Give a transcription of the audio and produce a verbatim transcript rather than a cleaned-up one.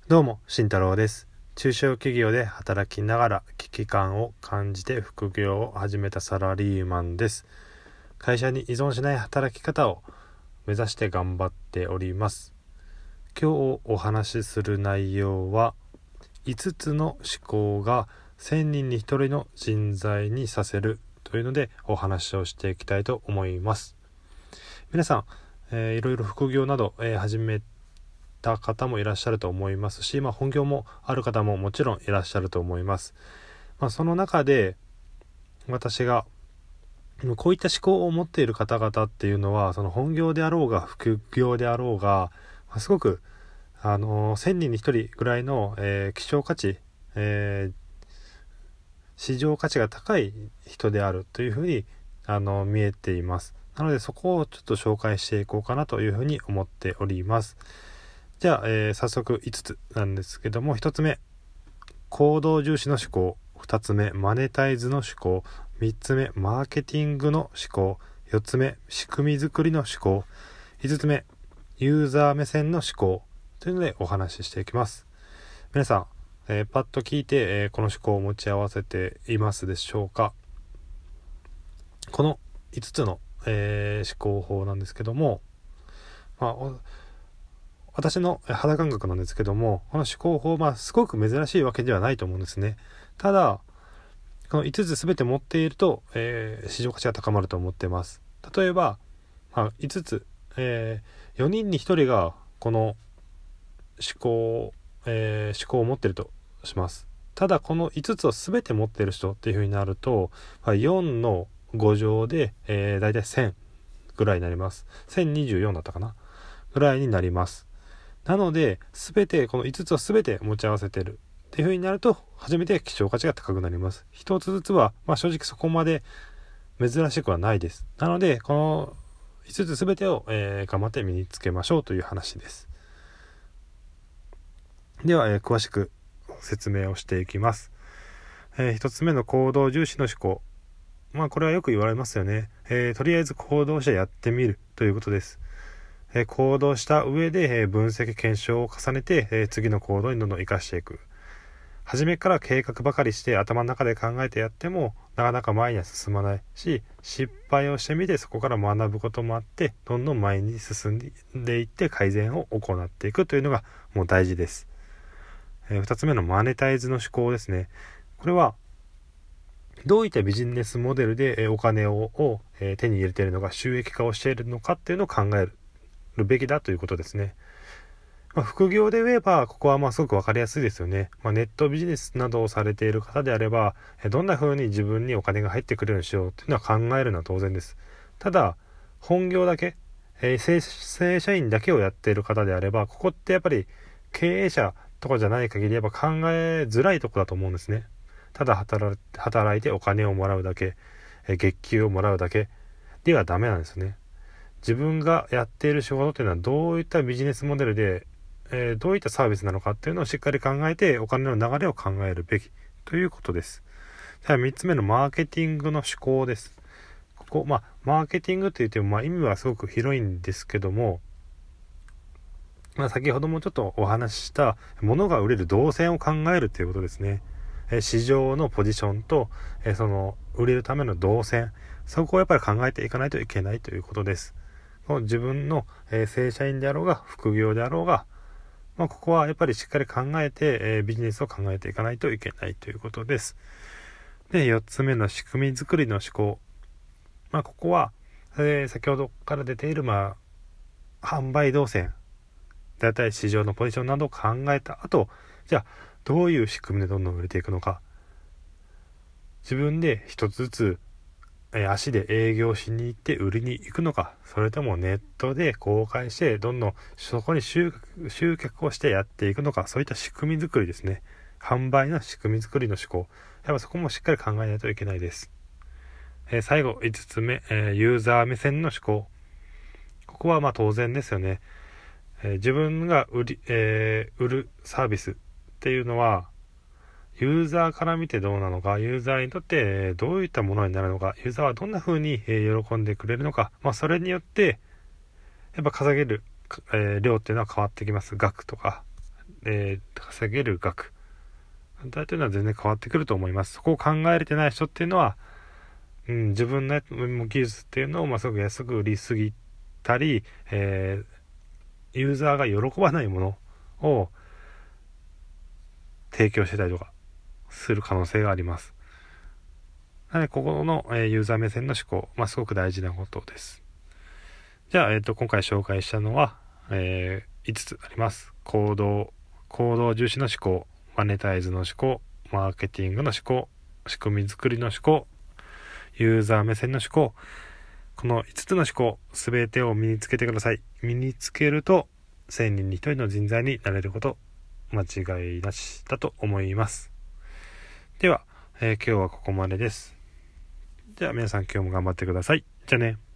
どうも、慎太郎です。中小企業で働きながら危機感を感じて副業を始めたサラリーマンです。会社に依存しない働き方を目指して頑張っております。今日お話しする内容は、いつつの思考がせんにんにひとりの人材にさせるというのでお話をしていきたいと思います。皆さん、えー、いろいろ副業など、えー、始めた方もいらっしゃると思いますし、まあ、本業もある方ももちろんいらっしゃると思います。まあ、その中で私がこういった思考を持っている方々っていうのは、その本業であろうが副業であろうが、まあ、すごくあのー、せんにんにひとりぐらいの、えー、希少価値、えー、市場価値が高い人であるというふうにあのー、見えています。なのでそこをちょっと紹介していこうかなというふうに思っております。じゃあ、えー、早速いつつなんですけども、ひとつめ行動重視の思考、ふたつめマネタイズの思考、みっつめマーケティングの思考、よっつめ仕組み作りの思考、いつつめユーザー目線の思考というのでお話ししていきます。皆さん、えー、パッと聞いて、えー、この思考を持ち合わせていますでしょうか。このいつつの、えー、思考法なんですけども、まあ私の肌感覚なんですけども、この思考法、まあすごく珍しいわけではないと思うんですね。ただこのいつつすべて持っていると、えー、市場価値が高まると思っています。例えば、まあ、いつつ、えー、よにんにひとりがこの思考、えー、思考を持っているとします。ただこのいつつをすべて持っている人っていう風になると、まあ、よんのご乗で、えー、だいたいせんぐらいになります。せんにじゅうよんだったかなぐらいになります。なので全てこのいつつを全て持ち合わせているっていう風になると、初めて希少価値が高くなります。一つずつは、まあ、正直そこまで珍しくはないです。なのでこのいつつ全てを、えー、頑張って身につけましょうという話です。では、えー、詳しく説明をしていきます。えー、一つ目の行動重視の思考、まあこれはよく言われますよね。えー、とりあえず行動してやってみるということです。えー、行動した上で、えー、分析検証を重ねて、えー、次の行動にどんどん生かしていく。初めから計画ばかりして頭の中で考えてやってもなかなか前には進まないし、失敗をしてみてそこから学ぶこともあって、どんどん前に進んでいって改善を行っていくというのがもう大事です。えー、ふたつめのマネタイズの思考ですね。これはどういったビジネスモデルでお金を手に入れているのか、収益化をしているのかっていうのを考えるべきだということですね。まあ、副業で言えばここはまあすごく分かりやすいですよね。まあ、ネットビジネスなどをされている方であれば、どんな風に自分にお金が入ってくるようにしようというのは考えるのは当然です。ただ本業だけ、えー、正, 正社員だけをやっている方であれば、ここってやっぱり経営者とかじゃない限りやっぱ考えづらいところだと思うんですね。ただ働働いてお金をもらうだけ、えー、月給をもらうだけではダメなんですね。自分がやっている仕事というのはどういったビジネスモデルで、えー、どういったサービスなのかっていうのをしっかり考えて、お金の流れを考えるべきということです。じゃあみっつめのマーケティングの思考です。ここ、まあマーケティングといっても、まあ、意味はすごく広いんですけども、まあ、先ほどもちょっとお話しした物が売れる動線を考えるということですね。えー、市場のポジションと、えー、その売れるための動線、そこをやっぱり考えていかないといけないということです。自分の、えー、正社員であろうが副業であろうが、まあ、ここはやっぱりしっかり考えて、えー、ビジネスを考えていかないといけないということです。で、よっつめの仕組み作りの思考、まあ、ここは、えー、先ほどから出ている、まあ、販売動線だいたい市場のポジションなどを考えた後、じゃあどういう仕組みでどんどん売れていくのか、自分で一つずつ足で営業しに行って売りに行くのか、それともネットで公開してどんどんそこに集客、集客をしてやっていくのか、そういった仕組み作りですね。販売の仕組み作りの思考、やっぱそこもしっかり考えないといけないです。えー、最後いつつめ、えー、ユーザー目線の思考。ここはまあ当然ですよね。えー、自分が売り、えー、売るサービスっていうのはユーザーから見てどうなのか、ユーザーにとってどういったものになるのか、ユーザーはどんな風に喜んでくれるのか、まあそれによってやっぱ稼げる、えー、量っていうのは変わってきます。額とかえー、稼げる額というのは全然変わってくると思います。そこを考えれてない人っていうのは、うん、自分の技術っていうのを、まあ、すごく安く売りすぎたり、えー、ユーザーが喜ばないものを提供してたりとかする可能性があります。なのでここの、えー、ユーザー目線の思考、まあ、すごく大事なことです。じゃあ、えーと、今回紹介したのは、えー、いつつあります。行動、行動重視の思考、マネタイズの思考、マーケティングの思考、仕組み作りの思考、ユーザー目線の思考、このいつつの思考、すべてを身につけてください。身につけると、せんにんにひとりの人材になれること、間違いなしだと思います。では、えー、今日はここまでです。じゃあ皆さん今日も頑張ってください。じゃあね。